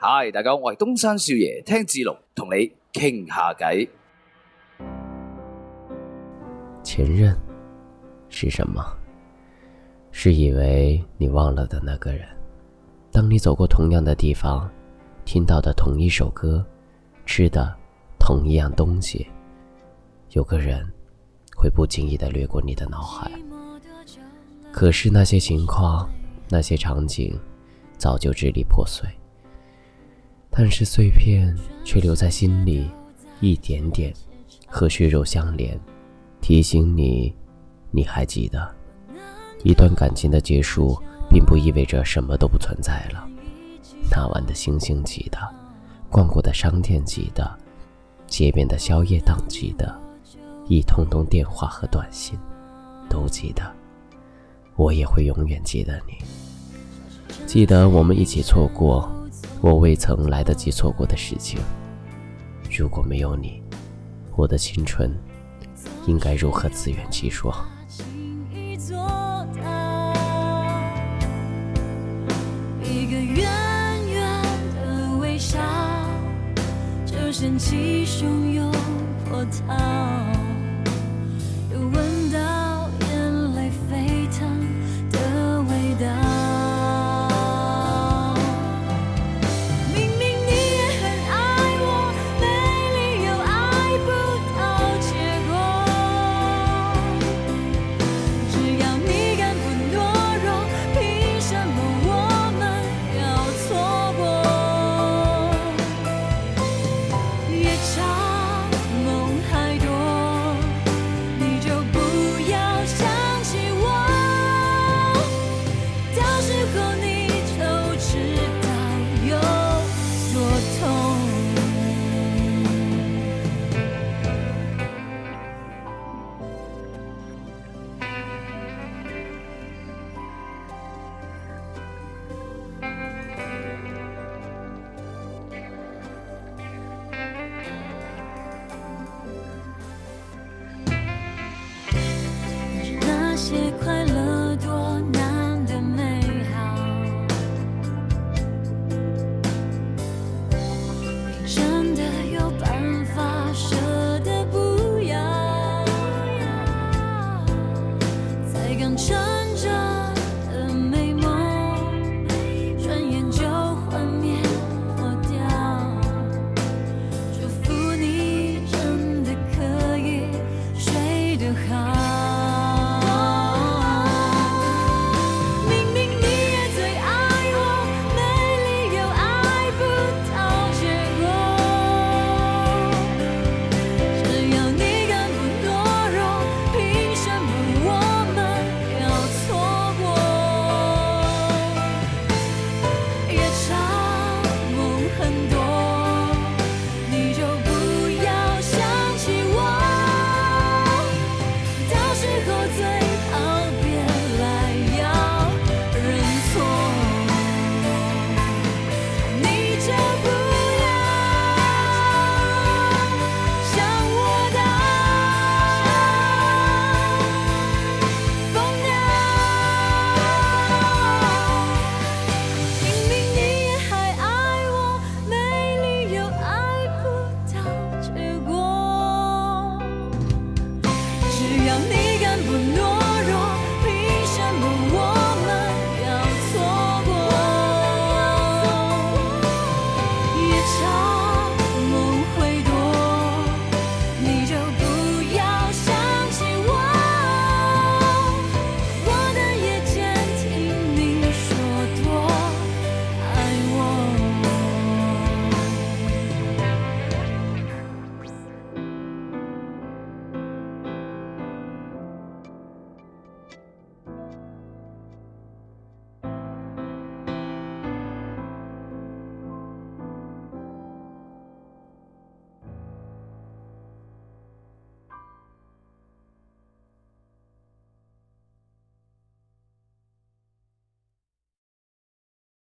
嗨，大家好，我係東山少爺，聽志龍同你傾下偈。 前任是什麼？是以為你忘了的那個人。當你走過同樣的地方，聽到的同一首歌，吃的同一樣東西，有個人會不經意地掠過你的腦海。可是那些情況，那些場景早就支離破碎，但是碎片卻留在心裡，一點點和血肉相連，提醒你，你還記得，一段感情的結束並不意味着什麼都不存在了。那晚的星星記得，逛過的商店記得，街邊的宵夜檔記得，一通通電話和短信都記得。我也會永遠記得你，記得我們一起錯過我未曾來得及錯過的事情。如果沒有你，我的青春應該如何自圓其說？ 一個遠遠的微笑，就掀起洶湧波濤。